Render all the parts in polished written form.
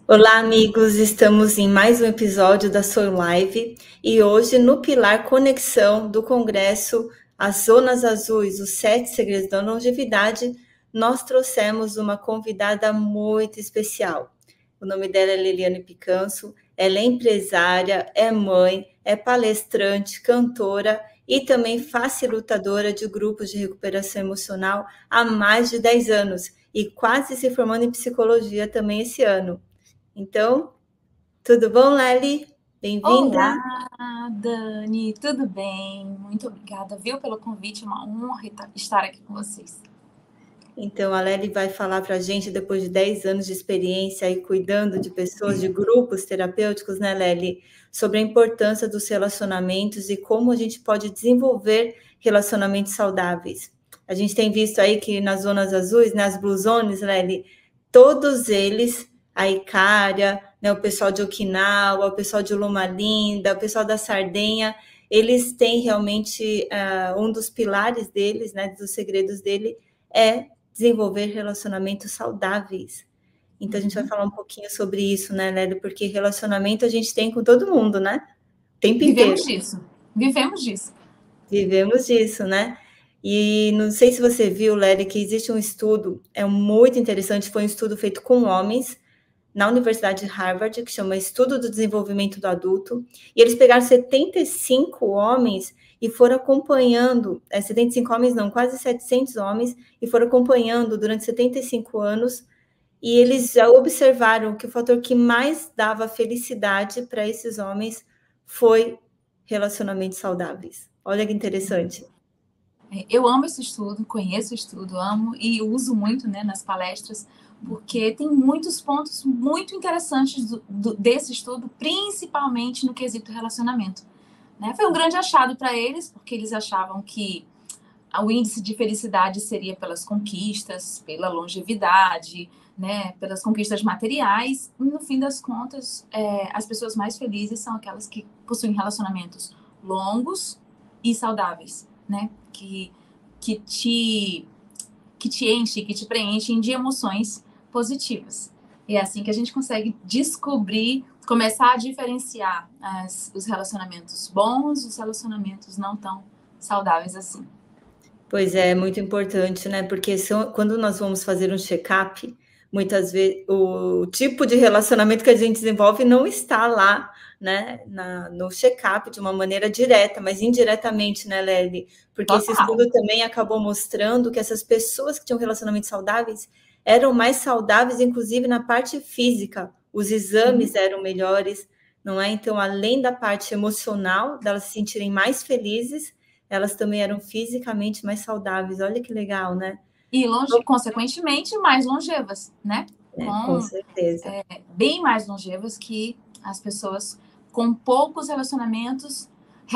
Olá, amigos! Estamos em mais um episódio da Soul Live e hoje, no Pilar Conexão do Congresso As Zonas Azuis, os 7 Segredos da Longevidade, nós trouxemos uma convidada muito especial. O nome dela é Liliane Picanso, ela é empresária, é mãe, é palestrante, cantora e também facilitadora de grupos de recuperação emocional há mais de 10 anos e quase se formando em psicologia também esse ano. Então, tudo bom, Lely? Bem-vinda. Olá, Dani, tudo bem? Muito obrigada, viu, pelo convite, é uma honra estar aqui com vocês. Então, a Lely vai falar para a gente, depois de 10 anos de experiência aí cuidando de pessoas, de grupos terapêuticos, né, Lely? Sobre a importância dos relacionamentos e como a gente pode desenvolver relacionamentos saudáveis. A gente tem visto aí que nas zonas azuis, nas Blue Zones, Lely, todos eles, a Icária, né, o pessoal de Okinawa, o pessoal de Loma Linda, o pessoal da Sardenha, eles têm realmente um dos pilares deles, né, dos segredos dele, é desenvolver relacionamentos saudáveis. Então, a gente vai falar um pouquinho sobre isso, né, Lélia? Porque relacionamento a gente tem com todo mundo, né? O tempo inteiro. Vivemos disso. Vivemos disso, né? E não sei se você viu, Lélia, que existe um estudo, é muito interessante, foi um estudo feito com homens na Universidade de Harvard, que chama Estudo do Desenvolvimento do Adulto, e eles pegaram 75 homens e foram acompanhando, 75 homens não, quase 700 homens, e foram acompanhando durante 75 anos, e eles já observaram que o fator que mais dava felicidade para esses homens foi relacionamentos saudáveis. Olha que interessante. Eu amo esse estudo, conheço o estudo, amo e uso muito, né, nas palestras, porque tem muitos pontos muito interessantes desse estudo, principalmente no quesito relacionamento. Né? Foi um grande achado para eles, porque eles achavam que o índice de felicidade seria pelas conquistas, pela longevidade, né, pelas conquistas materiais. E, no fim das contas, as pessoas mais felizes são aquelas que possuem relacionamentos longos e saudáveis, né, que te enche, que te preenchem de emoções positivas. E é assim que a gente consegue descobrir, começar a diferenciar os relacionamentos bons, os relacionamentos não tão saudáveis assim. Pois é, muito importante, né? Porque quando nós vamos fazer um check-up, muitas vezes o tipo de relacionamento que a gente desenvolve não está lá, né, no check-up de uma maneira direta, mas indiretamente, né, Lely? Porque esse estudo também acabou mostrando que essas pessoas que tinham relacionamentos saudáveis eram mais saudáveis, inclusive na parte física. Os exames eram melhores, não é? Então, além da parte emocional, delas se sentirem mais felizes, elas também eram fisicamente mais saudáveis. Olha que legal, né? E, consequentemente, mais longevas, né? Com certeza. Bem mais longevas que as pessoas com poucos relacionamentos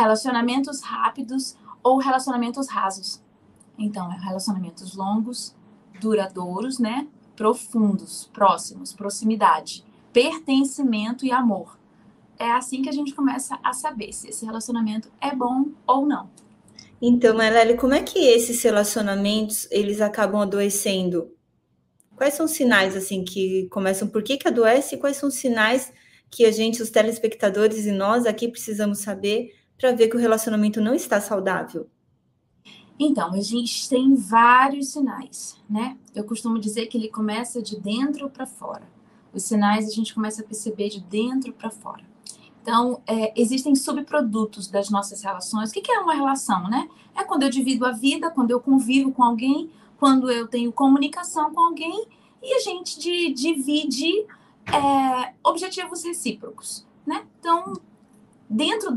rápidos ou relacionamentos rasos. Então, relacionamentos longos, duradouros, né? Profundos, próximos, proximidade, pertencimento e amor. É assim que a gente começa a saber se esse relacionamento é bom ou não. Então, Marlene, como é que esses relacionamentos, eles acabam adoecendo? Quais são os sinais, assim, que começam? Por que adoece? E quais são os sinais que a gente, os telespectadores e nós aqui precisamos saber para ver que o relacionamento não está saudável? Então, a gente tem vários sinais, né? Eu costumo dizer que ele começa de dentro para fora. Os sinais a gente começa a perceber de dentro para fora. Então, existem subprodutos das nossas relações. O que é uma relação, né? É quando eu divido a vida, quando eu convivo com alguém, quando eu tenho comunicação com alguém e a gente divide objetivos recíprocos, né? Então, dentro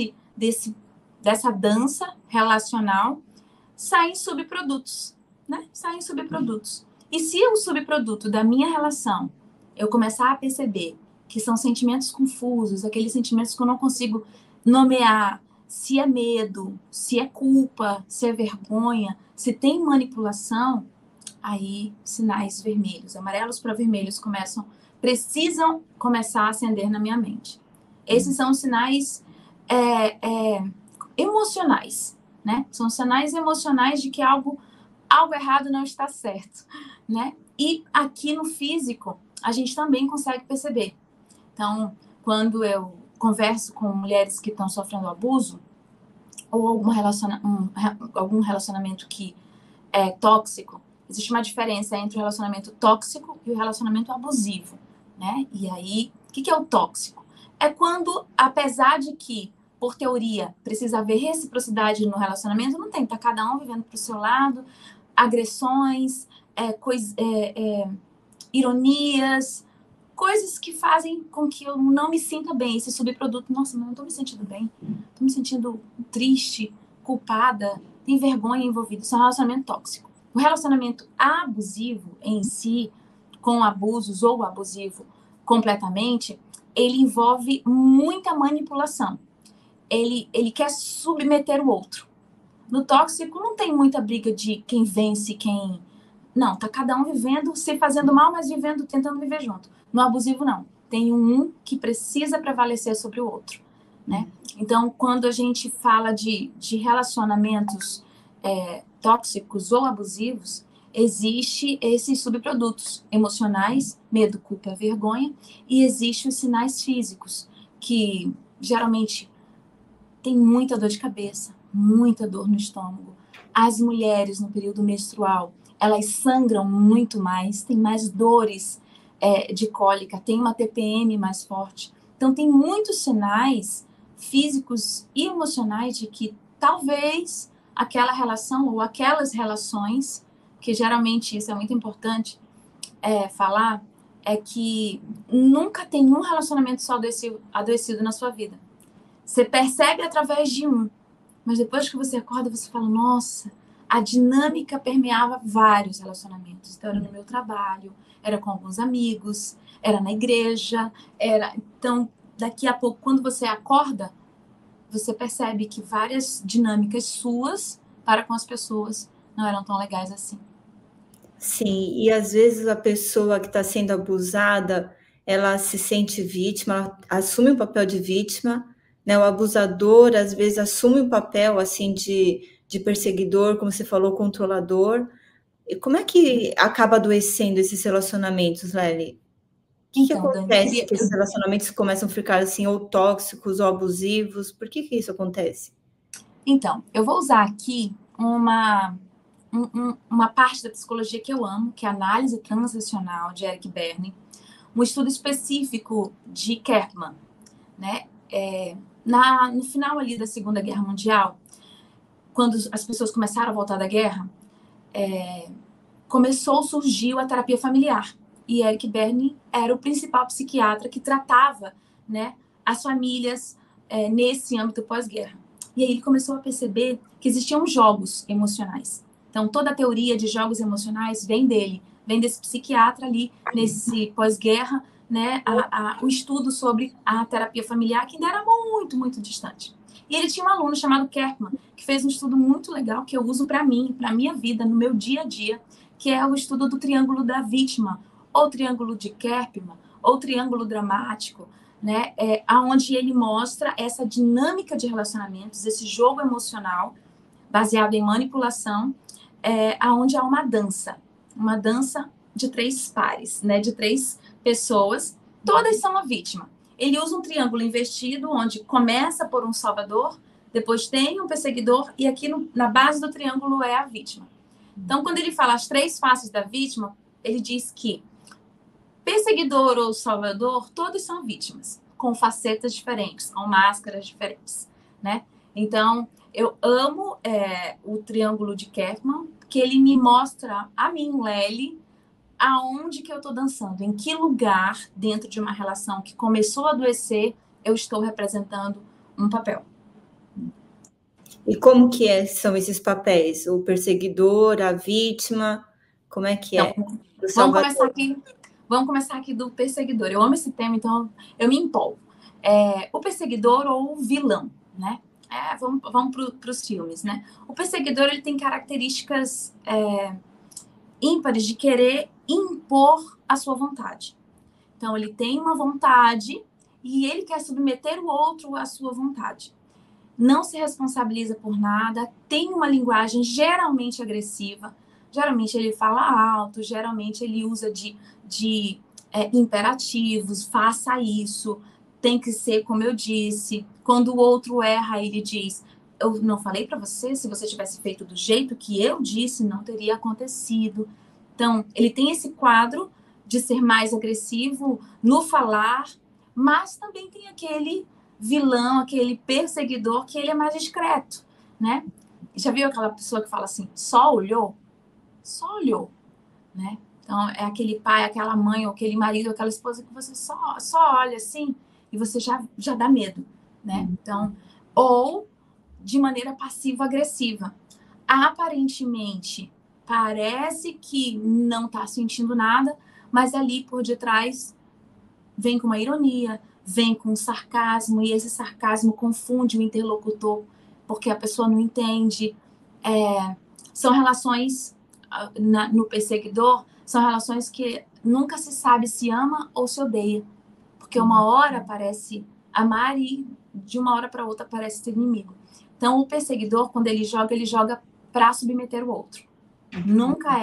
dessa dança relacional, saem subprodutos, né? Saem subprodutos. E se o subproduto da minha relação eu começar a perceber que são sentimentos confusos, aqueles sentimentos que eu não consigo nomear, se é medo, se é culpa, se é vergonha, se tem manipulação, aí sinais vermelhos, amarelos para vermelhos precisam começar a acender na minha mente. Esses são os sinais emocionais, né? São sinais emocionais de que algo errado não está certo, né? E aqui no físico, a gente também consegue perceber. Então, quando eu converso com mulheres que estão sofrendo abuso, ou algum relacionamento que é tóxico, existe uma diferença entre o relacionamento tóxico e o relacionamento abusivo, né? E aí, o que é o tóxico? É quando, apesar de que, por teoria, precisa haver reciprocidade no relacionamento, não tem, tá cada um vivendo pro seu lado, agressões, ironias, coisas que fazem com que eu não me sinta bem. Esse subproduto, nossa, não estou me sentindo bem, estou me sentindo triste, culpada, tem vergonha envolvida. Isso é um relacionamento tóxico. O relacionamento abusivo em si, com abusos ou abusivo completamente, ele envolve muita manipulação. Ele quer submeter o outro. No tóxico não tem muita briga de quem vence, quem... Não, tá cada um vivendo, se fazendo mal, mas vivendo, tentando viver junto. No abusivo, não. Tem um que precisa prevalecer sobre o outro, né? Então, quando a gente fala de relacionamentos tóxicos ou abusivos, existe esses subprodutos emocionais, medo, culpa, vergonha, e existe os sinais físicos, que geralmente tem muita dor de cabeça, muita dor no estômago. As mulheres no período menstrual, elas sangram muito mais, tem mais dores de cólica, tem uma TPM mais forte. Então, tem muitos sinais físicos e emocionais de que talvez aquela relação ou aquelas relações, que geralmente isso é muito importante falar, é que nunca tem um relacionamento só adoecido na sua vida. Você percebe através de um, mas depois que você acorda, você fala, nossa, a dinâmica permeava vários relacionamentos. Então, era no meu trabalho, era com alguns amigos, era na igreja, Então, daqui a pouco, quando você acorda, você percebe que várias dinâmicas suas para com as pessoas não eram tão legais assim. Sim, e às vezes a pessoa que está sendo abusada, ela se sente vítima, ela assume o papel de vítima, né? O abusador, às vezes, assume o papel, assim, de perseguidor, como você falou, controlador. E como é que acaba adoecendo esses relacionamentos, Lely? O que Então, Dani, acontece que esses relacionamentos começam a ficar, assim, ou tóxicos ou abusivos? Por que isso acontece? Então, eu vou usar aqui uma parte da psicologia que eu amo, que é a análise transacional de Eric Berne, um estudo específico de Kerkman, né? No final ali da Segunda Guerra Mundial, quando as pessoas começaram a voltar da guerra, surgiu a terapia familiar. E Eric Berne era o principal psiquiatra que tratava, né, as famílias nesse âmbito pós-guerra. E aí ele começou a perceber que existiam jogos emocionais. Então, toda a teoria de jogos emocionais vem dele, vem desse psiquiatra ali, nesse pós-guerra, né, o estudo sobre a terapia familiar, que ainda era muito, muito distante. E ele tinha um aluno chamado Kerkman, que fez um estudo muito legal, que eu uso para mim, para a minha vida, no meu dia a dia, que é o estudo do triângulo da vítima, ou triângulo de Kerkman, ou triângulo dramático, né? Onde ele mostra essa dinâmica de relacionamentos, esse jogo emocional baseado em manipulação, onde há uma dança de 3 pares, né? De 3 pessoas, todas são a vítima. Ele usa um triângulo invertido, onde começa por um salvador, depois tem um perseguidor, e aqui na base do triângulo é a vítima. Então, quando ele fala as 3 faces da vítima, ele diz que perseguidor ou salvador, todos são vítimas, com facetas diferentes, com máscaras diferentes, né? Então, eu amo o triângulo de Kerkman, que ele me mostra, a mim, Lely, aonde que eu estou dançando, em que lugar, dentro de uma relação que começou a adoecer, eu estou representando um papel. E como que são esses papéis? O perseguidor, a vítima, como é que é? Então, vamos começar aqui do perseguidor. Eu amo esse tema, então eu me empolgo. O perseguidor ou o vilão, né? Vamos para os filmes, né? O perseguidor, ele tem características ímpares de querer impor a sua vontade. Então, ele tem uma vontade e ele quer submeter o outro à sua vontade. Não se responsabiliza por nada, tem uma linguagem geralmente agressiva, geralmente ele fala alto, geralmente ele usa de imperativos, faça isso, tem que ser como eu disse. Quando o outro erra, ele diz, eu não falei para você, se você tivesse feito do jeito que eu disse, não teria acontecido. Então, ele tem esse quadro de ser mais agressivo no falar, mas também tem aquele vilão, aquele perseguidor que ele é mais discreto, né? Já viu aquela pessoa que fala assim, só olhou? Só olhou, né? Então, é aquele pai, aquela mãe, ou aquele marido, ou aquela esposa que você só olha assim e você já dá medo, né? Então, ou de maneira passivo-agressiva. Aparentemente, parece que não está sentindo nada, mas ali por detrás vem com uma ironia, vem com um sarcasmo, e esse sarcasmo confunde o interlocutor, porque a pessoa não entende. São relações, no perseguidor, são relações que nunca se sabe se ama ou se odeia. Porque uma hora parece amar e de uma hora para outra parece ser inimigo. Então, o perseguidor, quando ele joga para submeter o outro. Nunca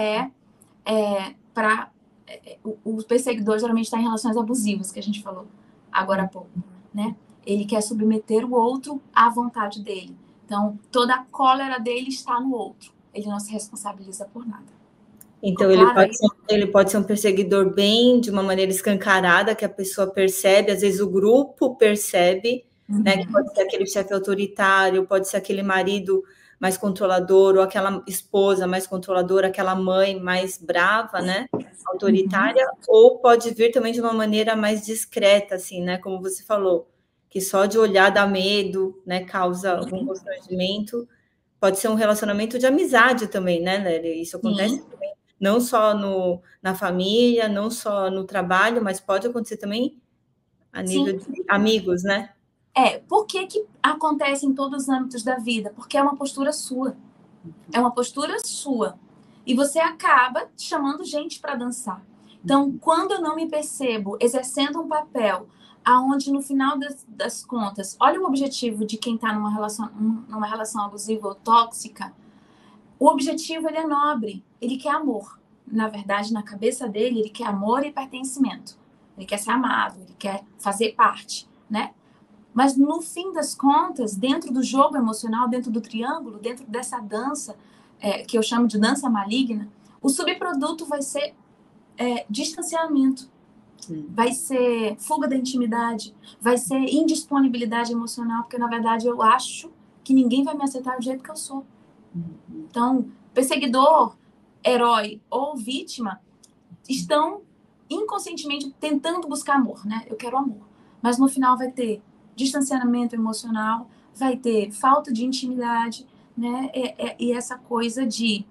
para... O perseguidor geralmente está em relações abusivas, que a gente falou agora há pouco, né? Ele quer submeter o outro à vontade dele. Então, toda a cólera dele está no outro. Ele não se responsabiliza por nada. Então, ele pode ser um perseguidor bem, de uma maneira escancarada, que a pessoa percebe, às vezes o grupo percebe, né? Que pode ser aquele chefe autoritário, pode ser aquele marido mais controlador, ou aquela esposa mais controladora, aquela mãe mais brava, né? Autoritária, ou pode vir também de uma maneira mais discreta, assim, né? Como você falou, que só de olhar dá medo, né? Causa algum constrangimento. Pode ser um relacionamento de amizade também, né, Lélia? Isso acontece também, não só na família, não só no trabalho, mas pode acontecer também a nível de amigos, né? Por que acontece em todos os âmbitos da vida? Porque é uma postura sua. É uma postura sua. E você acaba chamando gente para dançar. Então, quando eu não me percebo exercendo um papel aonde, no final das contas, olha o objetivo de quem está numa relação abusiva ou tóxica, o objetivo ele é nobre, ele quer amor. Na verdade, na cabeça dele, ele quer amor e pertencimento. Ele quer ser amado, ele quer fazer parte, né? Mas, no fim das contas, dentro do jogo emocional, dentro do triângulo, dentro dessa dança, que eu chamo de dança maligna, o subproduto vai ser distanciamento, vai ser fuga da intimidade, vai ser indisponibilidade emocional, porque, na verdade, eu acho que ninguém vai me aceitar do jeito que eu sou. Então, perseguidor, herói ou vítima estão inconscientemente tentando buscar amor, né? Eu quero amor. Mas, no final, vai ter distanciamento emocional, vai ter falta de intimidade, né? E essa coisa de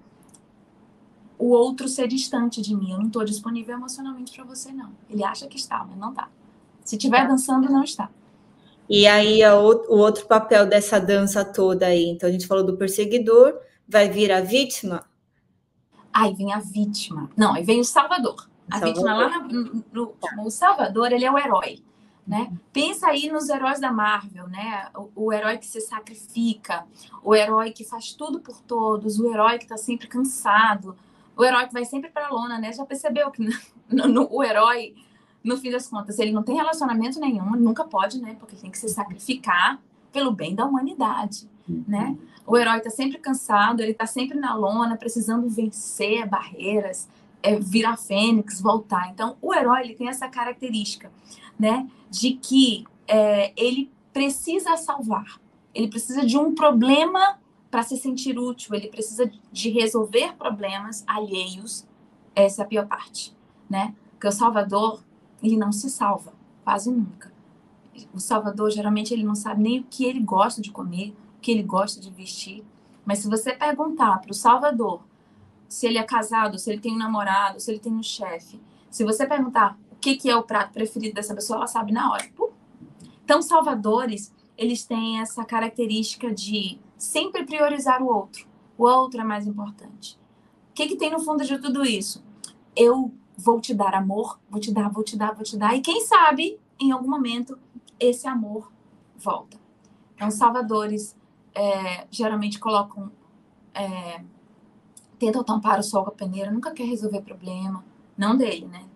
o outro ser distante de mim. Eu não estou disponível emocionalmente para você, não. Ele acha que está, mas não está. Se estiver dançando, não está. E aí, o outro papel dessa dança toda aí? Então, a gente falou do perseguidor, vai vir a vítima? Aí vem a vítima. Não, aí vem o salvador. A vítima lá no Salvador, ele é o herói. Né? Pensa aí nos heróis da Marvel, né? O herói que se sacrifica, o herói que faz tudo por todos, o herói que está sempre cansado, o herói que vai sempre para a lona, né? Já percebeu que o herói, no fim das contas, ele não tem relacionamento nenhum, nunca pode, né? Porque ele tem que se sacrificar pelo bem da humanidade, né? O herói está sempre cansado, ele está sempre na lona, precisando vencer barreiras, virar fênix, voltar. Então, o herói ele tem essa característica, né, de que ele precisa salvar, ele precisa de um problema para se sentir útil, ele precisa de resolver problemas alheios. Essa é a pior parte, né? Porque o salvador, ele não se salva, quase nunca. O salvador, geralmente, ele não sabe nem o que ele gosta de comer, o que ele gosta de vestir. Mas se você perguntar para o salvador se ele é casado, se ele tem um namorado, se ele tem um chefe, se você perguntar o que é o prato preferido dessa pessoa, ela sabe na hora. Então, salvadores, eles têm essa característica de sempre priorizar o outro. O outro é mais importante. O que tem no fundo de tudo isso? Eu vou te dar amor, vou te dar, vou te dar, vou te dar. E quem sabe, em algum momento, esse amor volta. Então, salvadores geralmente colocam... tentam tampar o sol com a peneira, nunca quer resolver problema. Não dele, né?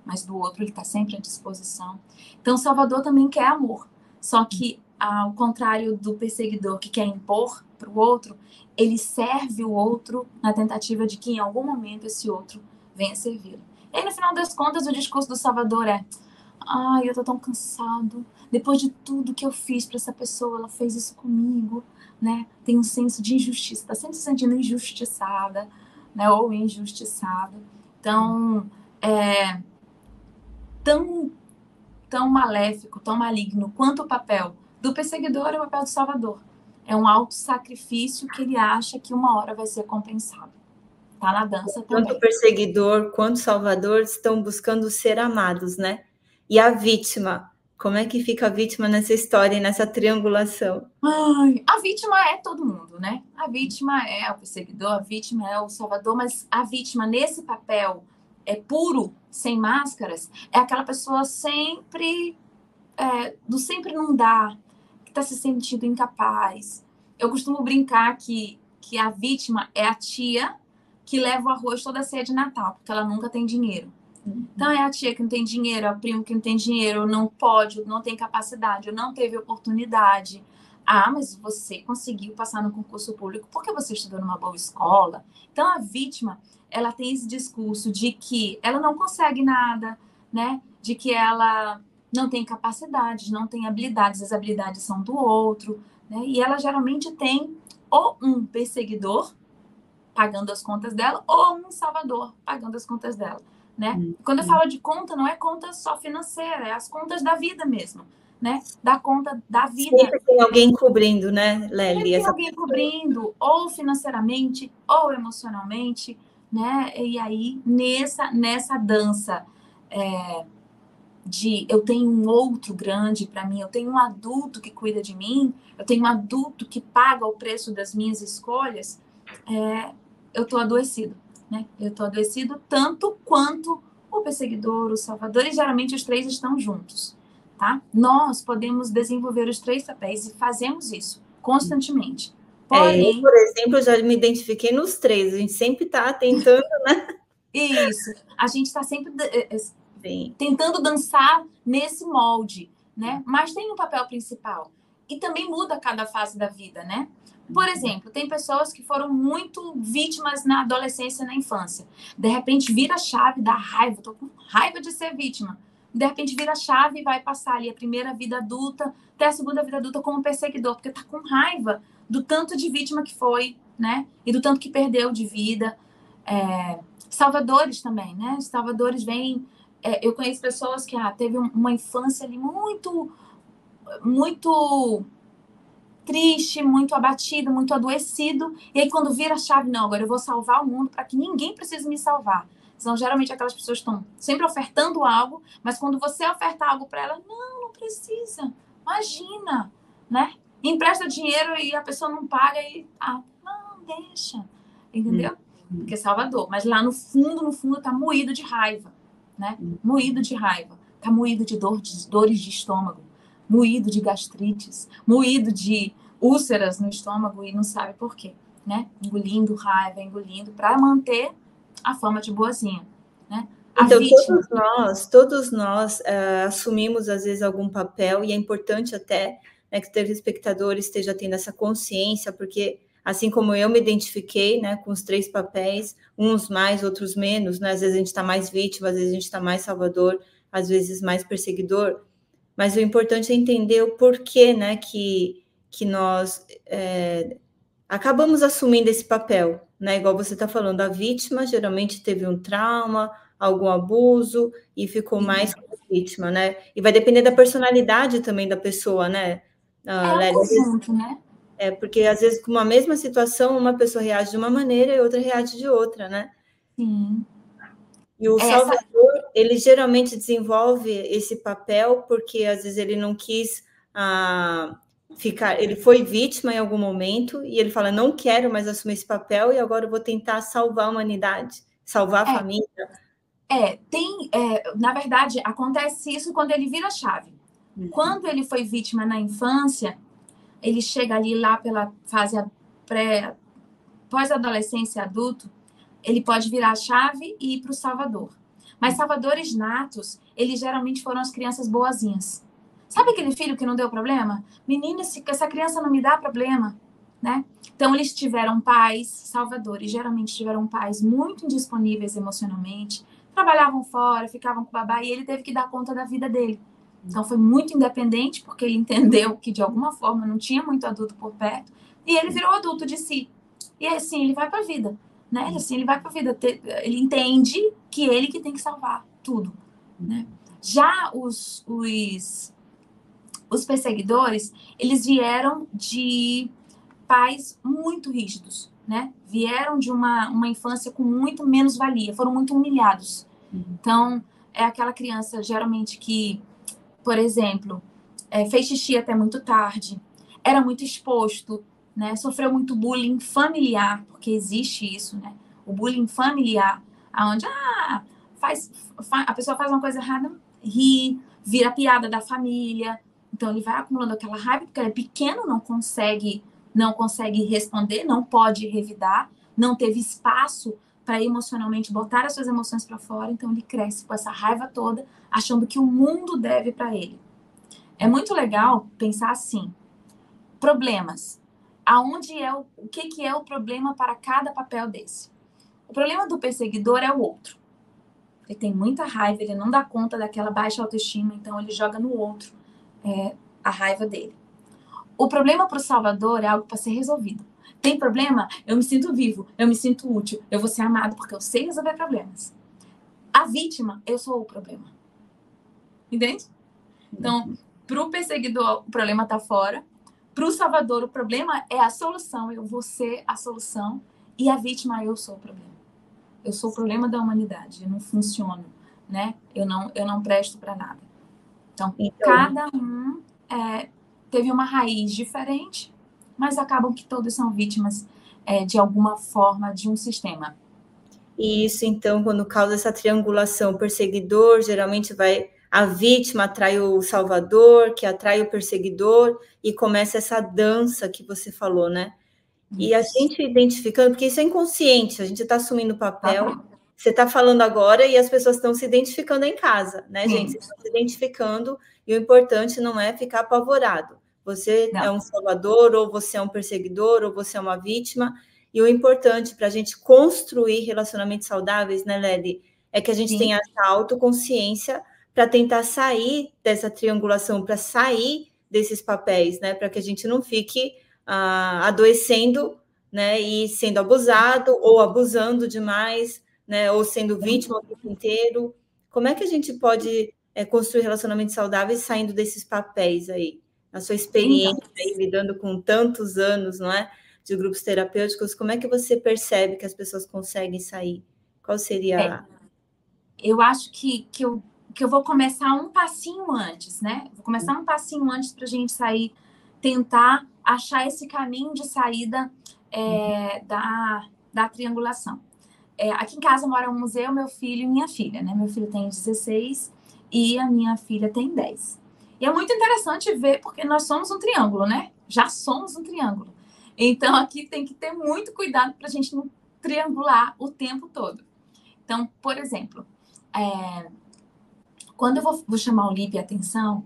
mas do outro ele está sempre à disposição. Então, o salvador também quer amor, só que, ao contrário do perseguidor que quer impor para o outro, ele serve o outro na tentativa de que, em algum momento, esse outro venha servi-lo. E aí, no final das contas, o discurso do salvador é: ai, eu tô tão cansado, depois de tudo que eu fiz para essa pessoa, ela fez isso comigo, né? Tem um senso de injustiça, tá sempre se sentindo injustiçada, né? Ou injustiçado. Então, é tão maléfico, tão maligno quanto o papel do perseguidor é o papel do salvador. É um auto-sacrifício que ele acha que uma hora vai ser compensado. Tá na dança também. Tanto o perseguidor quanto o salvador estão buscando ser amados, né? E a vítima, como é que fica a vítima nessa história e nessa triangulação? Ai, a vítima é todo mundo, né? A vítima é o perseguidor, a vítima é o salvador, mas a vítima nesse papel puro, sem máscaras, é aquela pessoa sempre do sempre não dá, que está se sentindo incapaz. Eu costumo brincar que a vítima é a tia que leva o arroz toda a ceia de Natal, porque ela nunca tem dinheiro. Então, é a tia que não tem dinheiro, é o primo que não tem dinheiro, não pode, não tem capacidade, não teve oportunidade. Ah, mas você conseguiu passar no concurso público porque você estudou numa boa escola. Então, a vítima, ela tem esse discurso de que ela não consegue nada, né? De que ela não tem capacidade, não tem habilidades, as habilidades são do outro, né? E ela geralmente tem ou um perseguidor pagando as contas dela ou um salvador pagando as contas dela, né? Quando eu falo de conta, não é conta só financeira, é as contas da vida mesmo, né? Da conta da vida. Sempre tem alguém cobrindo, né, Lely? Sempre tem alguém cobrindo, ou financeiramente, ou emocionalmente, né? E aí, nessa dança de eu tenho um outro grande para mim, eu tenho um adulto que cuida de mim, eu tenho um adulto que paga o preço das minhas escolhas, eu tô adoecido, né? Eu tô adoecido tanto quanto o perseguidor, o salvador, e geralmente os três estão juntos, tá? Nós podemos desenvolver os três papéis e fazemos isso constantemente. Porém, eu, por exemplo, já me identifiquei nos três, a gente sempre está tentando, né? Isso, a gente está sempre tentando dançar nesse molde, né? Mas tem um papel principal. E também muda a cada fase da vida, né? Por exemplo, tem pessoas que foram muito vítimas na adolescência e na infância. De repente, vira a chave da raiva. Tô com raiva de ser vítima. De repente, vira a chave e vai passar ali a primeira vida adulta até a segunda vida adulta como perseguidor, porque tá com raiva do tanto de vítima que foi, né? E do tanto que perdeu de vida. Salvadores também, né? Salvadores vêm... eu conheço pessoas que teve uma infância ali muito triste, muito abatido, muito adoecido, e aí quando vira a chave, não, agora eu vou salvar o mundo para que ninguém precise me salvar. Então, geralmente, aquelas pessoas estão sempre ofertando algo, mas quando você oferta algo para ela, não precisa, imagina, né? Empresta dinheiro e a pessoa não paga e, não, deixa, entendeu? Porque é salvador, mas lá no fundo, tá moído de raiva, né? Moído de raiva, tá moído de dores de estômago, moído de gastrites, moído de úlceras no estômago e não sabe por quê, né? Engolindo raiva, engolindo para manter a fama de boazinha, né? Então, todos nós assumimos, às vezes, algum papel, e é importante até, né, que o telespectador esteja tendo essa consciência, porque, assim como eu me identifiquei, né, com os três papéis, uns mais, outros menos, né? Às vezes a gente está mais vítima, às vezes a gente está mais salvador, às vezes mais perseguidor, mas o importante é entender o porquê, né, que nós acabamos assumindo esse papel, né? Igual você está falando, a vítima geralmente teve um trauma, algum abuso e ficou mais como vítima, né? E vai depender da personalidade também da pessoa, né? Um conjunto, né? Porque às vezes com uma mesma situação, uma pessoa reage de uma maneira e outra reage de outra, né? Sim. E o salvador, ele geralmente desenvolve esse papel porque às vezes ele não quis ele foi vítima em algum momento e ele fala, não quero mais assumir esse papel e agora eu vou tentar salvar a humanidade, salvar a família. Na verdade, acontece isso quando ele vira a chave. Quando ele foi vítima na infância, ele chega ali lá pela fase pós-adolescência adulto, ele pode virar a chave e ir para o salvador. Mas salvadores natos, eles geralmente foram as crianças boazinhas. Sabe aquele filho que não deu problema? Menina, essa criança não me dá problema, né? Então, eles tiveram pais salvadores, geralmente tiveram pais muito indisponíveis emocionalmente, trabalhavam fora, ficavam com o babá, e ele teve que dar conta da vida dele. Então, foi muito independente, porque ele entendeu que, de alguma forma, não tinha muito adulto por perto, e ele virou adulto de si. E assim, ele vai para a vida, né? Assim, ele vai para a vida. Ele entende que ele que tem que salvar tudo, né? Já os perseguidores, eles vieram de pais muito rígidos, né? Vieram de uma infância com muito menos valia, foram muito humilhados. Então, é aquela criança, geralmente, que, por exemplo, fez xixi até muito tarde, era muito exposto, né? Sofreu muito bullying familiar, porque existe isso, né? O bullying familiar, onde a pessoa faz uma coisa errada, ri, vira piada da família. Então, ele vai acumulando aquela raiva, porque ele é pequeno, não consegue responder, não pode revidar, não teve espaço para emocionalmente botar as suas emoções para fora, então ele cresce com essa raiva toda, achando que o mundo deve para ele. É muito legal pensar assim: problemas. O que é o problema para cada papel desse? O problema do perseguidor é o outro. Ele tem muita raiva, ele não dá conta daquela baixa autoestima, então ele joga no outro a raiva dele. O problema para o salvador é algo para ser resolvido. Tem problema? Eu me sinto vivo, eu me sinto útil, eu vou ser amado porque eu sei resolver problemas. A vítima, eu sou o problema. Entende? Então, para o perseguidor, o problema está fora. Para o salvador, o problema é a solução. Eu vou ser a solução. E a vítima, eu sou o problema. Eu sou o problema da humanidade. Eu não funciono, né? Eu não presto para nada. Então, cada um teve uma raiz diferente, mas acabam que todos são vítimas de alguma forma de um sistema. E isso, então, quando causa essa triangulação, o perseguidor geralmente a vítima atrai o salvador, que atrai o perseguidor, e começa essa dança que você falou, né? Isso. E a gente identificando, porque isso é inconsciente, a gente está assumindo o papel, você está falando agora e as pessoas estão se identificando em casa, né, gente? Vocês estão se identificando, e o importante não é ficar apavorado. Você é um salvador, ou você é um perseguidor, ou você é uma vítima. E o importante para a gente construir relacionamentos saudáveis, né, Lely, é que a gente tenha essa autoconsciência para tentar sair dessa triangulação, para sair desses papéis, né, para que a gente não fique adoecendo, né, e sendo abusado ou abusando demais, né, ou sendo vítima o tempo inteiro. Como é que a gente pode construir relacionamentos saudáveis saindo desses papéis aí? A sua experiência aí, lidando com tantos anos, não é? De grupos terapêuticos, como é que você percebe que as pessoas conseguem sair? Qual seria? Eu acho que eu vou começar um passinho antes, né? Vou começar um passinho antes para a gente sair, tentar achar esse caminho de saída da triangulação. Aqui em casa mora um museu, meu filho e minha filha, né? Meu filho tem 16 e a minha filha tem 10. E é muito interessante ver, porque nós somos um triângulo, né? Já somos um triângulo. Então, aqui tem que ter muito cuidado para a gente não triangular o tempo todo. Então, por exemplo, quando eu vou chamar o Lipe a atenção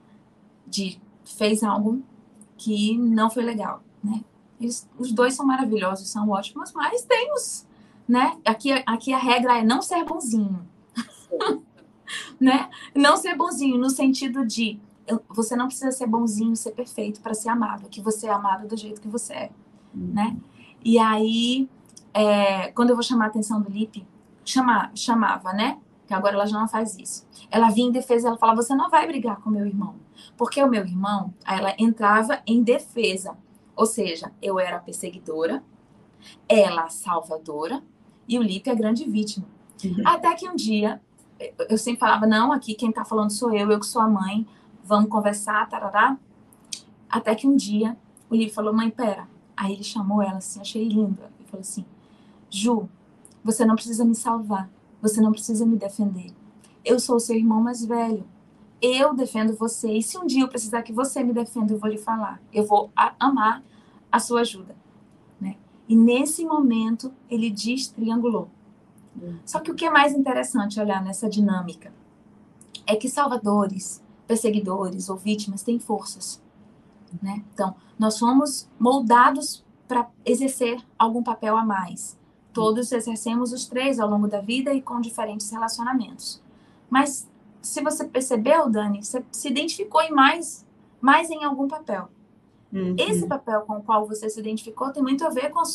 fez algo que não foi legal, né? Os dois são maravilhosos, são ótimos, mas tem né? Aqui a regra é não ser bonzinho. Né? Não ser bonzinho no sentido de você não precisa ser bonzinho, ser perfeito para ser amado, que você é amado do jeito que você é, né? E aí, quando eu vou chamar a atenção do Lipe, chamava, né? Que agora ela já não faz isso. Ela vinha em defesa, ela falava, você não vai brigar com meu irmão. Porque o meu irmão, ela entrava em defesa. Ou seja, eu era a perseguidora, ela a salvadora, e o Lipe a grande vítima. Até que um dia, eu sempre falava, não, aqui quem tá falando sou eu que sou a mãe, vamos conversar, tarará. Até que um dia, o Lipe falou, mãe, pera. Aí ele chamou ela assim, achei linda. Ele falou assim, Ju, você não precisa me salvar, você não precisa me defender. Eu sou o seu irmão mais velho, eu defendo você, e se um dia eu precisar que você me defenda, eu vou lhe falar, eu vou amar a sua ajuda. Né? E nesse momento, ele destriangulou. Só que o que é mais interessante olhar nessa dinâmica é que salvadores, perseguidores ou vítimas têm forças, né? Então, nós somos moldados para exercer algum papel a mais. Todos exercemos os três ao longo da vida e com diferentes relacionamentos. Mas, se você percebeu, Dani, você se identificou mais em algum papel. Esse papel com o qual você se identificou tem muito a ver com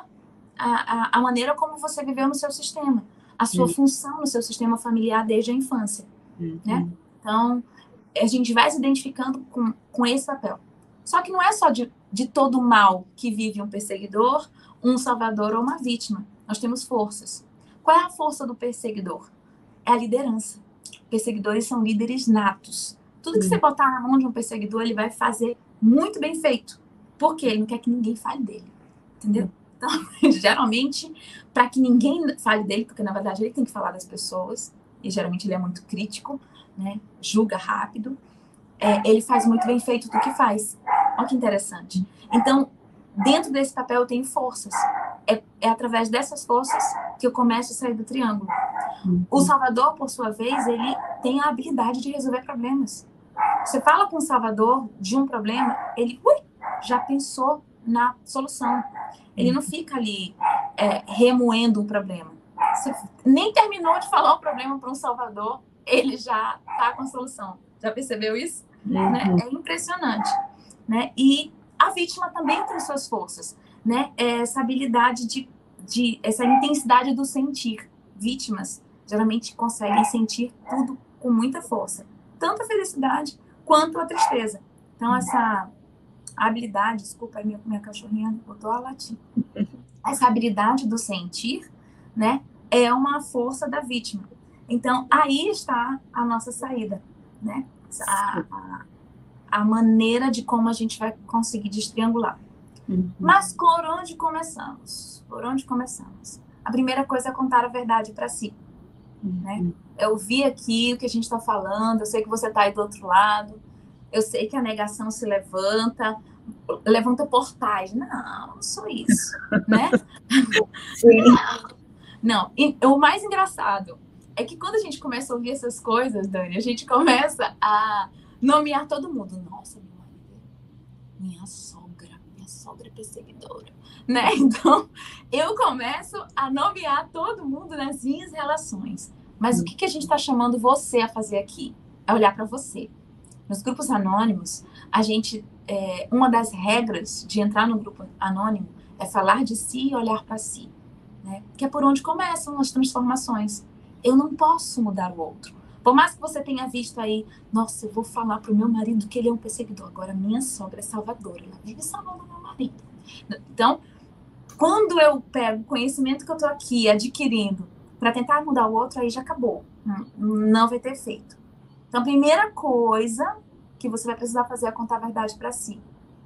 a maneira como você viveu no seu sistema, a sua função no seu sistema familiar desde a infância, né? Então, a gente vai se identificando com esse papel. Só que não é só de todo mal que vive um perseguidor, um salvador ou uma vítima. Nós temos forças. Qual é a força do perseguidor? É a liderança. Perseguidores são líderes natos. Tudo que você botar na mão de um perseguidor, ele vai fazer muito bem feito. Por quê? Ele não quer que ninguém fale dele. Entendeu? Então, geralmente, para que ninguém fale dele, porque na verdade ele tem que falar das pessoas, e geralmente ele é muito crítico, né? Julga rápido, ele faz muito bem feito do que faz. Olha que interessante. Então, dentro desse papel eu tenho forças. É através dessas forças que eu começo a sair do triângulo. O salvador, por sua vez, ele tem a habilidade de resolver problemas. Você fala com o salvador de um problema, ele já pensou na solução. Ele não fica ali remoendo o problema. Você nem terminou de falar o problema para um salvador, ele já está com a solução. Já percebeu isso? Né? É impressionante. Né? E a vítima também tem suas forças. Né? Essa habilidade essa intensidade do sentir. Vítimas geralmente conseguem sentir tudo com muita força. Tanto a felicidade quanto a tristeza. Então, essa habilidade, desculpa, minha cachorrinha botou a latir. Essa habilidade do sentir, né, é uma força da vítima. Então, aí está a nossa saída, né? A maneira de como a gente vai conseguir destriangular. Mas por onde começamos? Por onde começamos? A primeira coisa é contar a verdade para si, né? Eu vi aqui o que a gente está falando, eu sei que você está aí do outro lado, eu sei que a negação se levanta portais. Não sou isso, né? Sim. Não. E o mais engraçado é que quando a gente começa a ouvir essas coisas, Dani, a gente começa a nomear todo mundo. Nossa, minha sogra é perseguidora, né? Então, eu começo a nomear todo mundo nas minhas relações. Mas o que a gente está chamando você a fazer aqui? É olhar para você. Nos grupos anônimos, a gente, uma das regras de entrar no grupo anônimo é falar de si e olhar para si, né? Que é por onde começam as transformações. Eu não posso mudar o outro. Por mais que você tenha visto aí, nossa, eu vou falar pro meu marido que ele é um perseguidor. Agora, minha sogra é salvadora. Ela vive salvando meu marido. Então, quando eu pego o conhecimento que eu tô aqui adquirindo para tentar mudar o outro, aí já acabou. Não vai ter efeito. Então, a primeira coisa que você vai precisar fazer é contar a verdade para si.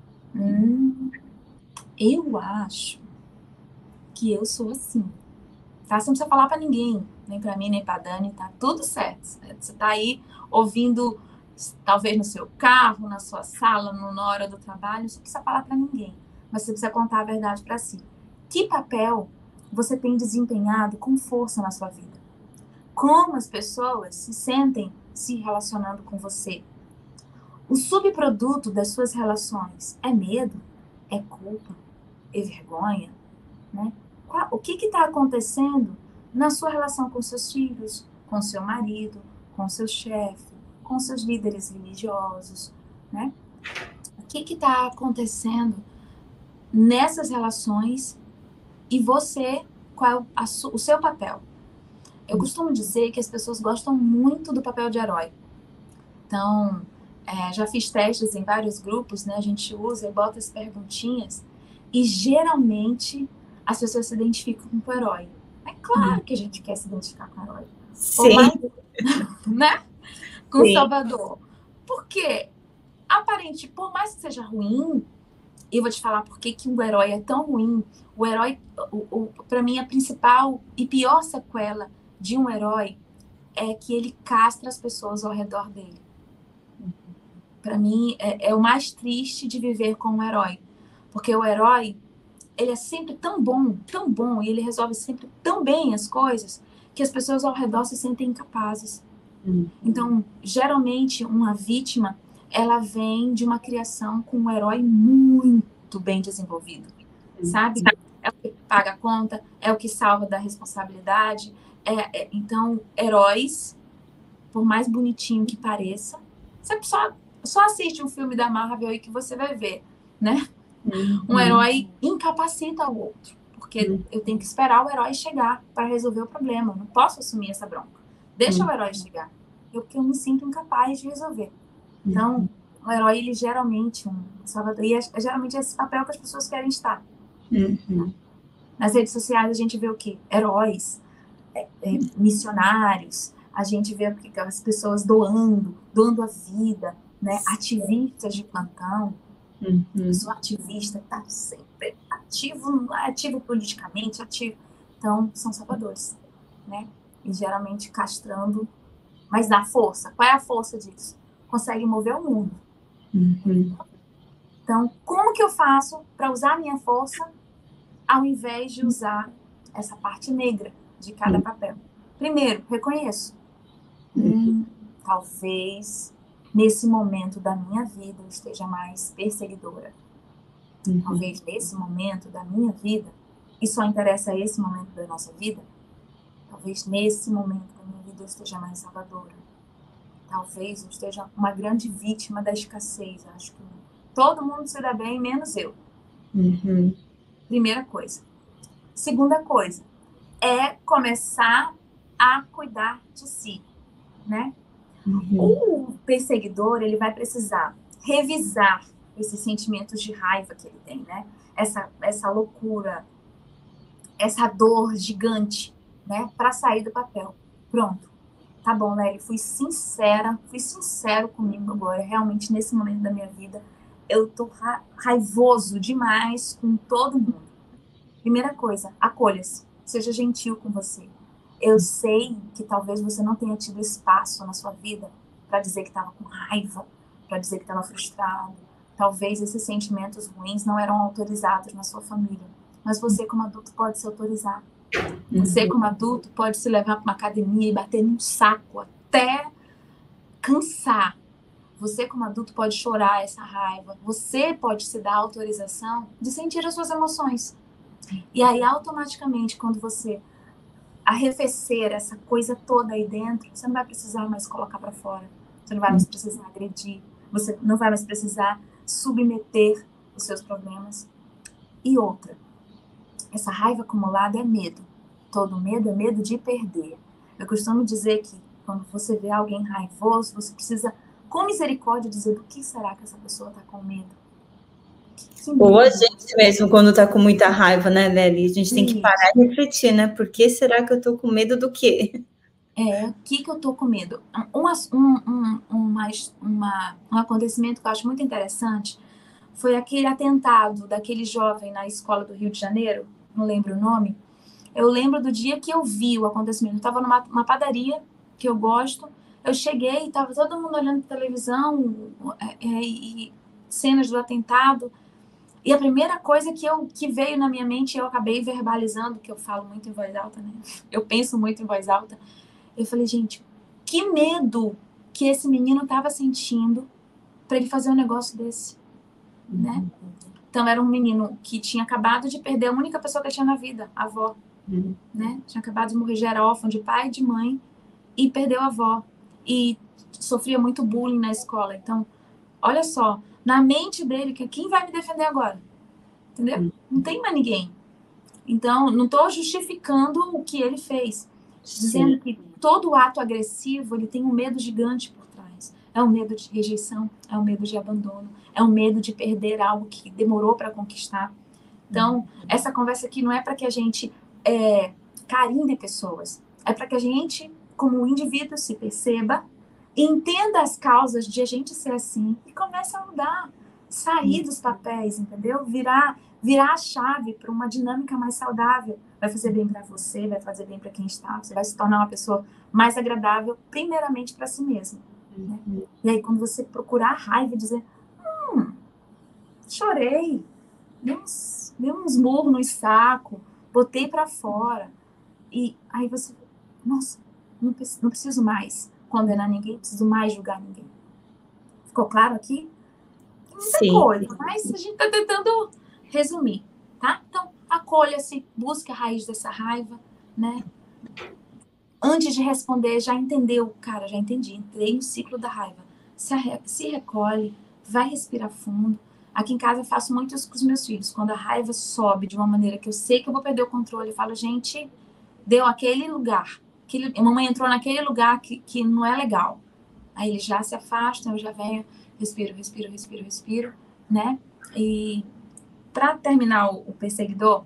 Eu acho que eu sou assim. Tá? Você não precisa falar para ninguém, nem para mim, nem para Dani, tá tudo certo. Você tá aí ouvindo, talvez no seu carro, na sua sala, na hora do trabalho, você não precisa falar para ninguém, mas você precisa contar a verdade para si. Que papel você tem desempenhado com força na sua vida? Como as pessoas se sentem se relacionando com você? O subproduto das suas relações é medo? É culpa? É vergonha? Né? O que está acontecendo na sua relação com seus filhos, com seu marido, com seu chefe, com seus líderes religiosos, né? O que está acontecendo nessas relações e você, qual é o seu papel? Eu costumo dizer que as pessoas gostam muito do papel de herói. Então, já fiz testes em vários grupos, né? A gente usa e bota as perguntinhas e geralmente as pessoas se identificam com o herói. É claro que a gente quer se identificar com o herói. Sim. Né? Com o Salvador. Porque, por mais que seja ruim, eu vou te falar por que o herói é tão ruim. O herói, para mim, a principal e pior sequela de um herói é que ele castra as pessoas ao redor dele. Para mim, é o mais triste de viver com um herói. Porque o herói, ele é sempre tão bom, e ele resolve sempre tão bem as coisas, que as pessoas ao redor se sentem incapazes. Então, geralmente, uma vítima, ela vem de uma criação com um herói muito bem desenvolvido, sabe? É o que paga a conta, é o que salva da responsabilidade. Então, heróis, por mais bonitinho que pareça, você só assiste um filme da Marvel aí que você vai ver, né? Um herói incapacita o outro, porque eu tenho que esperar o herói chegar para resolver o problema. Eu não posso assumir essa bronca. Deixa o herói chegar. Porque eu me sinto incapaz de resolver. Então, o herói, ele geralmente, um salvador, e geralmente esse papel que as pessoas querem estar. Nas redes sociais a gente vê o quê? Heróis, missionários, a gente vê as pessoas doando a vida, né? Ativistas de plantão. Eu sou ativista, tá sempre ativo politicamente, ativo. Então, são salvadores, né? E geralmente castrando, mas dá força. Qual é a força disso? Consegue mover o mundo. Então, como que eu faço para usar a minha força ao invés de usar essa parte negra de cada papel? Primeiro, reconheço. Talvez nesse momento da minha vida eu esteja mais perseguidora. Talvez nesse momento da minha vida, e só interessa esse momento da nossa vida, talvez nesse momento da minha vida eu esteja mais salvadora. Talvez eu esteja uma grande vítima da escassez. Eu acho que todo mundo se dá bem, menos eu. Primeira coisa. Segunda coisa, é começar a cuidar de si, né? O perseguidor, ele vai precisar revisar esses sentimentos de raiva que ele tem, né? Essa loucura, essa dor gigante, né? Para sair do papel. Pronto. Tá bom, Lélia, fui sincero comigo agora. Realmente, nesse momento da minha vida, eu tô raivoso demais com todo mundo. Primeira coisa, acolha-se. Seja gentil com você. Eu sei que talvez você não tenha tido espaço na sua vida para dizer que estava com raiva, para dizer que estava frustrado. Talvez esses sentimentos ruins não eram autorizados na sua família. Mas você, como adulto, pode se autorizar. Você, como adulto, pode se levar para uma academia e bater num saco até cansar. Você, como adulto, pode chorar essa raiva. Você pode se dar a autorização de sentir as suas emoções. E aí, automaticamente, quando você arrefecer essa coisa toda aí dentro, você não vai precisar mais colocar para fora. Você não vai mais precisar agredir. Você não vai mais precisar submeter os seus problemas. E outra, essa raiva acumulada é medo. Todo medo é medo de perder. Eu costumo dizer que quando você vê alguém raivoso, você precisa, com misericórdia, dizer do que será que essa pessoa está com medo. Ou a gente mesmo, quando está com muita raiva, né, Lely? A gente tem que parar e refletir, né? Por que será que eu estou com medo do quê? O que eu estou com medo? Um acontecimento que eu acho muito interessante foi aquele atentado daquele jovem na escola do Rio de Janeiro, não lembro o nome. Eu lembro do dia que eu vi o acontecimento. Eu estava numa padaria que eu gosto. Eu cheguei e estava todo mundo olhando para televisão e cenas do atentado. E a primeira coisa que veio na minha mente, eu acabei verbalizando, que eu falo muito em voz alta, né? Eu penso muito em voz alta. Eu falei, gente, que medo que esse menino estava sentindo para ele fazer um negócio desse, né? Então, era um menino que tinha acabado de perder a única pessoa que ele tinha na vida, a avó, né? Tinha acabado de morrer, já era órfão de pai e de mãe, e perdeu a avó. E sofria muito bullying na escola. Então, olha só, na mente dele, quem vai me defender agora? Entendeu? Não tem mais ninguém. Então, não estou justificando o que ele fez. Dizendo que todo ato agressivo, ele tem um medo gigante por trás. É um medo de rejeição, é um medo de abandono, é um medo de perder algo que demorou para conquistar. Então, essa conversa aqui não é para que a gente carimbe pessoas. É para que a gente, como indivíduo, se perceba e entenda as causas de a gente ser assim e comece a mudar. Sair dos papéis, entendeu? Virar a chave para uma dinâmica mais saudável. Vai fazer bem para você, vai fazer bem para quem está. Você vai se tornar uma pessoa mais agradável, primeiramente para si mesmo. Né? E aí, quando você procurar raiva e dizer, chorei, dei uns murros no saco, botei para fora. E aí você, nossa, não preciso mais condenar ninguém, não preciso mais julgar ninguém. Ficou claro aqui? Tem muita coisa, mas a gente está tentando resumir, tá? Então, acolha-se, busque a raiz dessa raiva, né? Antes de responder, já entendeu? Cara, já entendi, entrei no ciclo da raiva. Se recolhe, vai respirar fundo. Aqui em casa eu faço muito isso com os meus filhos. Quando a raiva sobe de uma maneira que eu sei que eu vou perder o controle, eu falo, gente, deu aquele lugar. A mamãe entrou naquele lugar que não é legal. Aí eles já se afastam, eu já venho, respiro, né? E para terminar o perseguidor,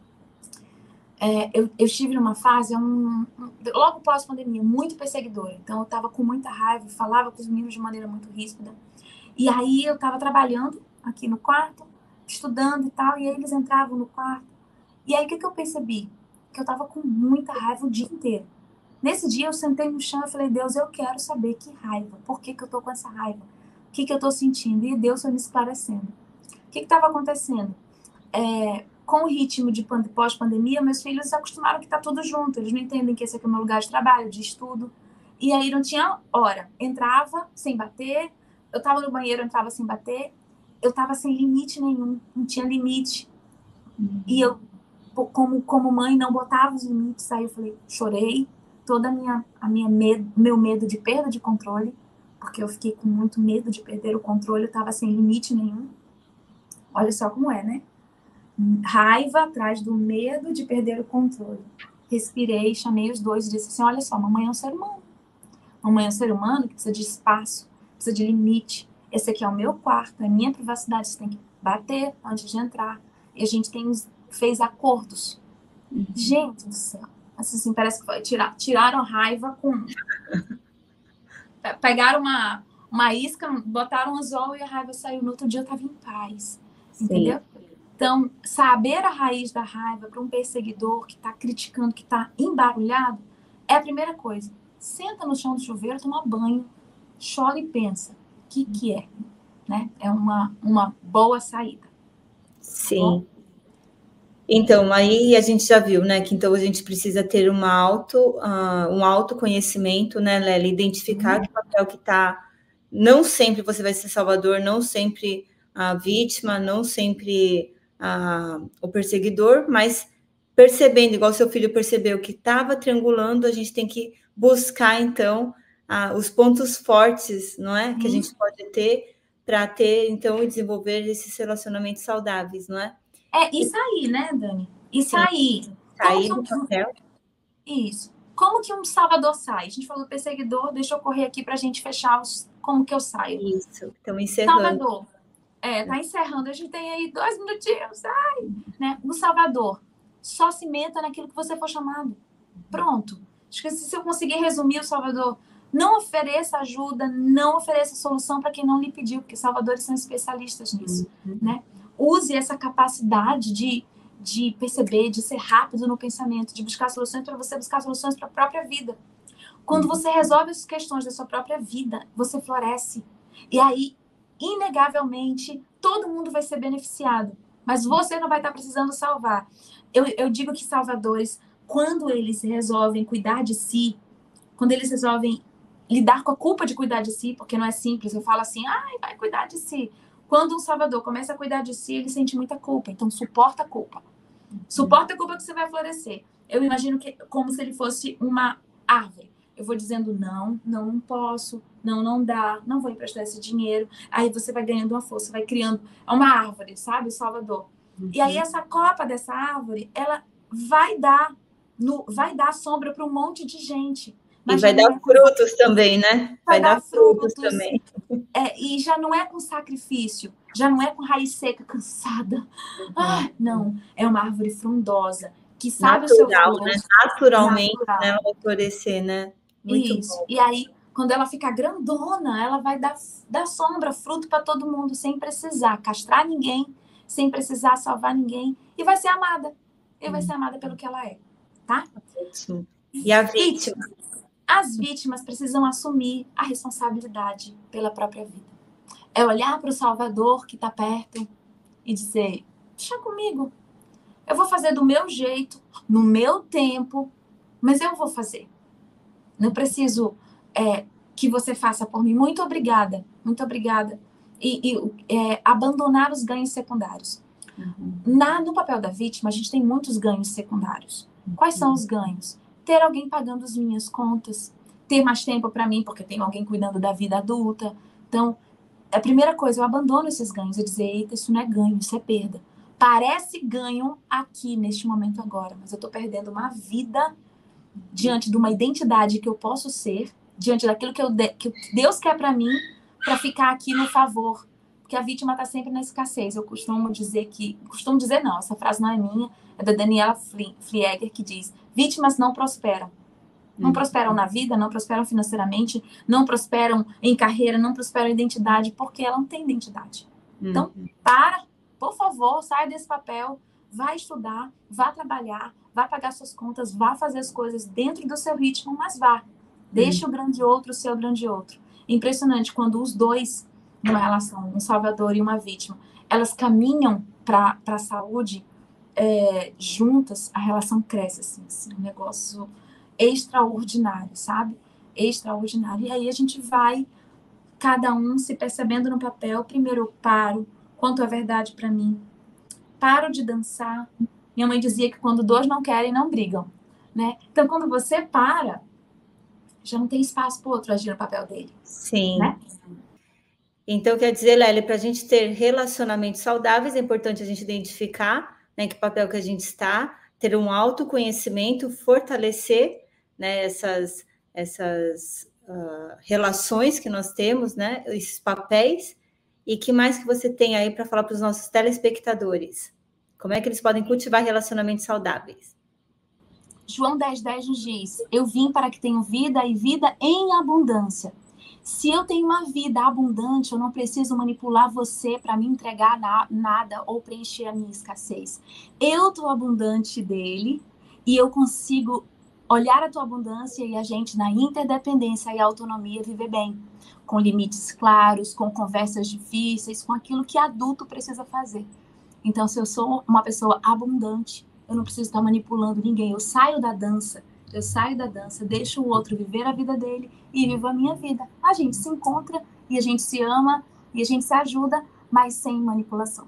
eu estive numa fase, logo pós-pandemia, muito perseguidora. Então, eu estava com muita raiva, falava com os meninos de maneira muito ríspida. E aí, eu estava trabalhando aqui no quarto, estudando e tal, e aí eles entravam no quarto. E aí, o que eu percebi? Que eu estava com muita raiva o dia inteiro. Nesse dia, eu sentei no chão e falei, Deus, eu quero saber que raiva. Por que eu estou com essa raiva? O que eu estou sentindo? E Deus foi me esclarecendo. O que estava acontecendo? Com o ritmo de pós-pandemia, meus filhos se acostumaram que está tudo junto. Eles não entendem que esse aqui é o meu lugar de trabalho, de estudo. E aí não tinha hora. Entrava sem bater. Eu estava no banheiro, entrava sem bater. Eu estava sem limite nenhum. Não tinha limite. E eu, como mãe, não botava os limites. Aí eu falei, chorei. Todo meu medo de perda de controle. Porque eu fiquei com muito medo de perder o controle. Eu estava sem limite nenhum. Olha só como é, né? Raiva atrás do medo de perder o controle. Respirei, chamei os dois e disse assim, olha só, mamãe é um ser humano. Mamãe é um ser humano que precisa de espaço, precisa de limite. Esse aqui é o meu quarto, é a minha privacidade, você tem que bater antes de entrar. E a gente fez acordos. Gente do céu. Assim, parece que foi tiraram a raiva com... Pegaram uma isca, botaram um anzol e a raiva saiu. No outro dia eu estava em paz. Sim. Entendeu? Então, saber a raiz da raiva para um perseguidor que está criticando, que está embarulhado, é a primeira coisa. Senta no chão do chuveiro, toma banho, chora e pensa. O que é? Né? É uma boa saída. Sim. Tá? Então, aí a gente já viu, né, que então a gente precisa ter um autoconhecimento, né, Lélia? Identificar que papel que está... Não sempre você vai ser salvador, não sempre a vítima, não sempre... o perseguidor, mas percebendo, igual seu filho percebeu que estava triangulando, a gente tem que buscar, então, os pontos fortes, não é? Que a gente pode ter para ter, então, e desenvolver esses relacionamentos saudáveis, não é? E sair, né, Dani? E sair. Sair do papel. Isso. Como que um salvador sai? A gente falou do perseguidor, deixa eu correr aqui para a gente fechar como que eu saio. Isso, então encerrando. Salvador. Tá encerrando. A gente tem aí 2 minutinhos. Né? O Salvador só se meta naquilo que você for chamado. Pronto. Acho que se eu conseguir resumir o Salvador, não ofereça ajuda, não ofereça solução para quem não lhe pediu, porque salvadores são especialistas nisso. Né? Use essa capacidade de perceber, de ser rápido no pensamento, de buscar soluções para você buscar soluções para a própria vida. Quando você resolve as questões da sua própria vida, você floresce. E aí, inegavelmente, todo mundo vai ser beneficiado, mas você não vai estar precisando salvar. Eu digo que salvadores, quando eles resolvem cuidar de si, quando eles resolvem lidar com a culpa de cuidar de si, porque não é simples, eu falo assim, vai cuidar de si. Quando um salvador começa a cuidar de si, ele sente muita culpa, então suporta a culpa. Suporta a culpa que você vai florescer. Eu imagino que como se ele fosse uma árvore. Eu vou dizendo não posso, não dá, não vou emprestar esse dinheiro. Aí você vai ganhando uma força, vai criando uma árvore, sabe, o Salvador. E aí essa copa dessa árvore, ela vai dar sombra para um monte de gente. Mas e vai dar frutos também, né? Vai dar frutos também. E já não é com sacrifício, já não é com raiz seca, cansada. Não, é uma árvore frondosa, que sabe natural, o seu valor. Né? Naturalmente, natural. Né? Ela vai florescer, né? Muito isso. Bom. E aí, quando ela ficar grandona, ela vai dar sombra, fruto para todo mundo, sem precisar castrar ninguém, sem precisar salvar ninguém. E vai ser amada. E vai ser amada pelo que ela é. Tá? Sim. E a vítima? As vítimas precisam assumir a responsabilidade pela própria vida. É olhar para o Salvador que está perto e dizer, deixa comigo. Eu vou fazer do meu jeito, no meu tempo, mas eu vou fazer. Não preciso que você faça por mim. Muito obrigada, muito obrigada. E abandonar os ganhos secundários. No papel da vítima, a gente tem muitos ganhos secundários. Quais são os ganhos? Ter alguém pagando as minhas contas, ter mais tempo para mim, porque tem alguém cuidando da vida adulta. Então, a primeira coisa, eu abandono esses ganhos. Eu dizer, eita, isso não é ganho, isso é perda. Parece ganho aqui, neste momento agora, mas eu estou perdendo uma vida diante de uma identidade que eu posso ser, diante daquilo que Deus quer para mim, para ficar aqui no favor. Porque a vítima está sempre na escassez. Eu costumo dizer não, essa frase não é minha, é da Daniela Flieger, que diz, vítimas não prosperam. Não prosperam na vida, não prosperam financeiramente, não prosperam em carreira, não prosperam em identidade, porque ela não tem identidade. Então, por favor, sai desse papel, vai estudar, vá trabalhar, vá pagar suas contas, vá fazer as coisas dentro do seu ritmo, mas vá. Deixe o grande outro ser o grande outro. Impressionante, quando os dois, numa relação, um salvador e uma vítima, elas caminham para a saúde juntas, a relação cresce, assim, um negócio extraordinário, sabe? Extraordinário. E aí a gente vai, cada um se percebendo no papel. Primeiro eu paro, quanto é verdade para mim. Paro de dançar. Minha mãe dizia que quando dois não querem, não brigam, né? Então, quando você para, já não tem espaço para o outro agir no papel dele. Sim. Né? Então, quer dizer, Lélia, para a gente ter relacionamentos saudáveis, é importante a gente identificar, né, que papel que a gente está, ter um autoconhecimento, fortalecer, né, essas relações que nós temos, né, esses papéis, e que mais que você tem aí para falar para os nossos telespectadores? Como é que eles podem cultivar relacionamentos saudáveis? João 10,10 nos diz, eu vim para que tenham vida e vida em abundância. Se eu tenho uma vida abundante, eu não preciso manipular você para me entregar nada ou preencher a minha escassez. Eu estou abundante dele e eu consigo olhar a tua abundância e a gente, na interdependência e autonomia, viver bem. Com limites claros, com conversas difíceis, com aquilo que adulto precisa fazer. Então, se eu sou uma pessoa abundante, eu não preciso estar manipulando ninguém. Eu saio da dança, deixo o outro viver a vida dele e vivo a minha vida. A gente se encontra e a gente se ama e a gente se ajuda, mas sem manipulação.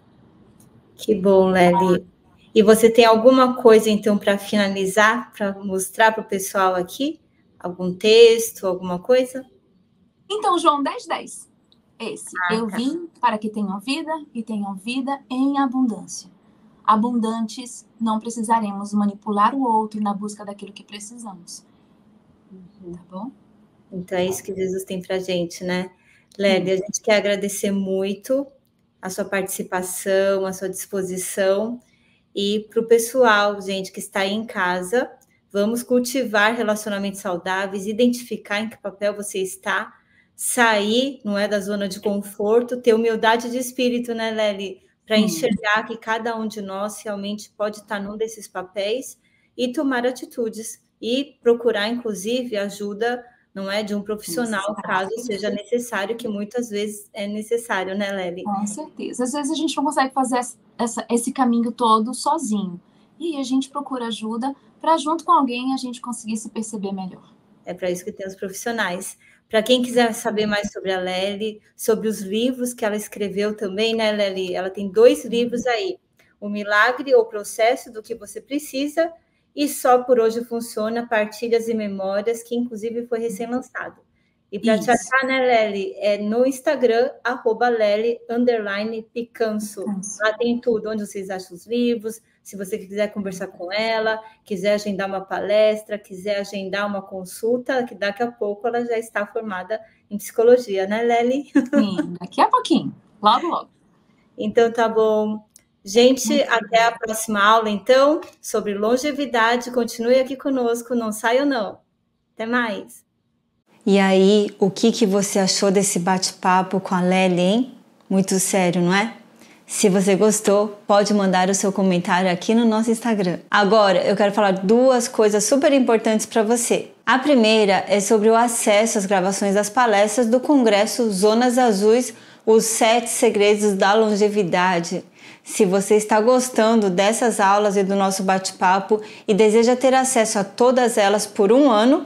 Que bom, Lélia. E você tem alguma coisa, então, para finalizar, para mostrar para o pessoal aqui? Algum texto, alguma coisa? Então, João 10,10. Esse. Eu vim para que tenham vida e tenham vida em abundância. Abundantes, não precisaremos manipular o outro na busca daquilo que precisamos. Tá bom? Então, é isso que Jesus tem para a gente, né? Lélia, a gente quer agradecer muito a sua participação, a sua disposição. E para o pessoal, gente, que está aí em casa, vamos cultivar relacionamentos saudáveis, identificar em que papel você está, sair, não é, da zona de conforto, ter humildade de espírito, né, Lélia? Para enxergar que cada um de nós realmente pode estar num desses papéis e tomar atitudes e procurar, inclusive, ajuda, não é, de um profissional, caso seja necessário, que muitas vezes é necessário, né, Lélia? Com certeza. Às vezes a gente não consegue fazer esse caminho todo sozinho. E a gente procura ajuda para, junto com alguém, a gente conseguir se perceber melhor. É para isso que tem os profissionais. Para quem quiser saber mais sobre a Lélia, sobre os livros que ela escreveu também, né, Lélia? Ela tem 2 livros aí. O Milagre ou Processo do que você precisa e Só por Hoje Funciona, Partilhas e Memórias, que inclusive foi recém-lançado. E para te achar, né, Lélia, é no Instagram, @Lélia_Picanso. Lá tem tudo, onde vocês acham os livros, se você quiser conversar com ela, quiser agendar uma palestra, quiser agendar uma consulta, que daqui a pouco ela já está formada em psicologia, né, Lélia? Sim, daqui a pouquinho, logo, logo. Então, tá bom. Gente, até a próxima aula, então, sobre longevidade. Continue aqui conosco, não saiam não. Até mais. E aí, o que você achou desse bate-papo com a Lélia, hein? Muito sério, não é? Se você gostou, pode mandar o seu comentário aqui no nosso Instagram. Agora, eu quero falar 2 coisas super importantes para você. A primeira é sobre o acesso às gravações das palestras do Congresso Zonas Azuis, os 7 segredos da longevidade. Se você está gostando dessas aulas e do nosso bate-papo e deseja ter acesso a todas elas por 1 ano,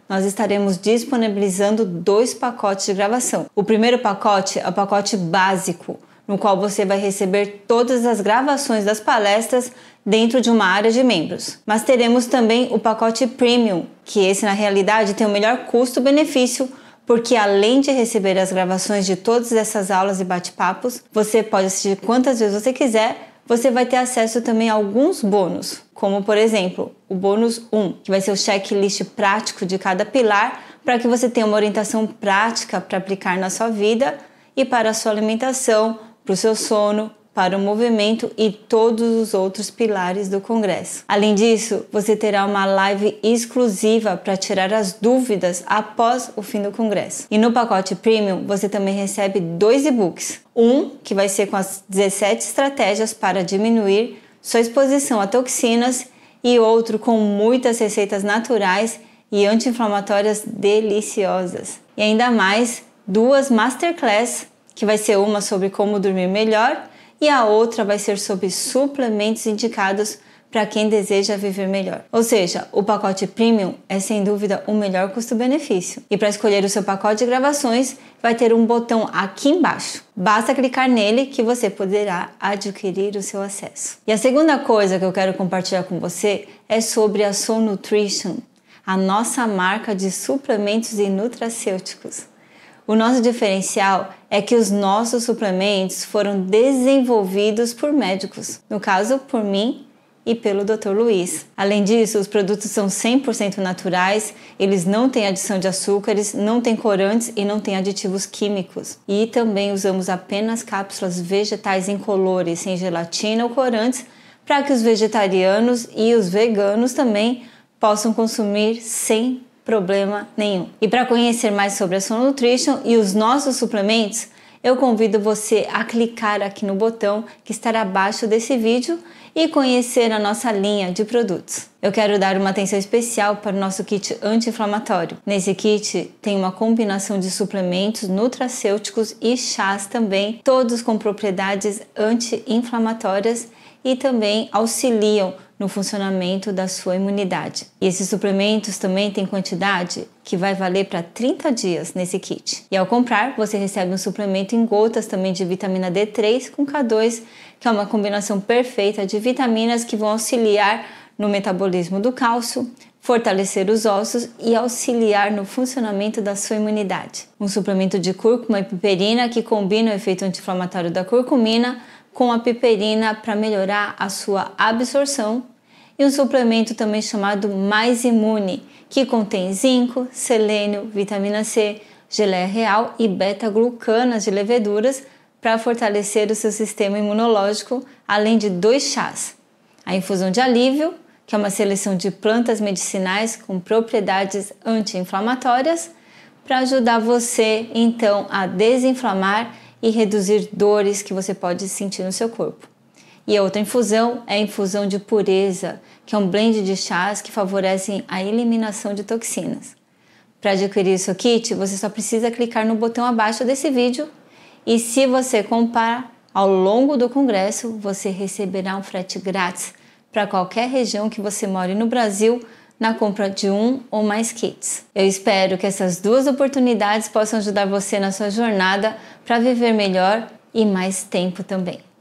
nós estaremos disponibilizando 2 pacotes de gravação. O primeiro pacote é o pacote básico, no qual você vai receber todas as gravações das palestras dentro de uma área de membros. Mas teremos também o pacote Premium, que esse na realidade tem o melhor custo-benefício, porque além de receber as gravações de todas essas aulas e bate-papos, você pode assistir quantas vezes você quiser, você vai ter acesso também a alguns bônus, como por exemplo, o bônus 1, que vai ser o checklist prático de cada pilar, para que você tenha uma orientação prática para aplicar na sua vida e para a sua alimentação, para o seu sono, para o movimento e todos os outros pilares do Congresso. Além disso, você terá uma live exclusiva para tirar as dúvidas após o fim do Congresso. E no pacote Premium, você também recebe 2 e-books. Um, que vai ser com as 17 estratégias para diminuir sua exposição a toxinas, e outro com muitas receitas naturais e anti-inflamatórias deliciosas. E ainda mais 2 masterclass, que vai ser uma sobre como dormir melhor e a outra vai ser sobre suplementos indicados para quem deseja viver melhor. Ou seja, o pacote Premium é sem dúvida o melhor custo-benefício. E para escolher o seu pacote de gravações, vai ter um botão aqui embaixo. Basta clicar nele que você poderá adquirir o seu acesso. E a segunda coisa que eu quero compartilhar com você é sobre a Soul Nutrition, a nossa marca de suplementos e nutracêuticos. O nosso diferencial é que os nossos suplementos foram desenvolvidos por médicos, no caso por mim e pelo Dr. Luiz. Além disso, os produtos são 100% naturais, eles não têm adição de açúcares, não têm corantes e não têm aditivos químicos. E também usamos apenas cápsulas vegetais incolores, sem gelatina ou corantes, para que os vegetarianos e os veganos também possam consumir sem problema nenhum. E para conhecer mais sobre a Soul Nutrition e os nossos suplementos, eu convido você a clicar aqui no botão que estará abaixo desse vídeo e conhecer a nossa linha de produtos. Eu quero dar uma atenção especial para o nosso kit anti-inflamatório. Nesse kit tem uma combinação de suplementos, nutracêuticos e chás também, todos com propriedades anti-inflamatórias e também auxiliam no funcionamento da sua imunidade. E esses suplementos também têm quantidade que vai valer para 30 dias nesse kit. E ao comprar, você recebe um suplemento em gotas também de vitamina D3 com K2, que é uma combinação perfeita de vitaminas que vão auxiliar no metabolismo do cálcio, fortalecer os ossos e auxiliar no funcionamento da sua imunidade. Um suplemento de cúrcuma e piperina que combina o efeito anti-inflamatório da curcumina com a piperina para melhorar a sua absorção, e um suplemento também chamado Mais Imune, que contém zinco, selênio, vitamina C, geleia real e beta-glucanas de leveduras para fortalecer o seu sistema imunológico, além de 2 chás. A infusão de alívio, que é uma seleção de plantas medicinais com propriedades anti-inflamatórias, para ajudar você então a desinflamar e reduzir dores que você pode sentir no seu corpo. E a outra infusão é a infusão de pureza, que é um blend de chás que favorecem a eliminação de toxinas. Para adquirir o seu kit, você só precisa clicar no botão abaixo desse vídeo e se você comprar ao longo do congresso, você receberá um frete grátis para qualquer região que você more no Brasil na compra de 1 ou mais kits. Eu espero que essas 2 oportunidades possam ajudar você na sua jornada para viver melhor e mais tempo também.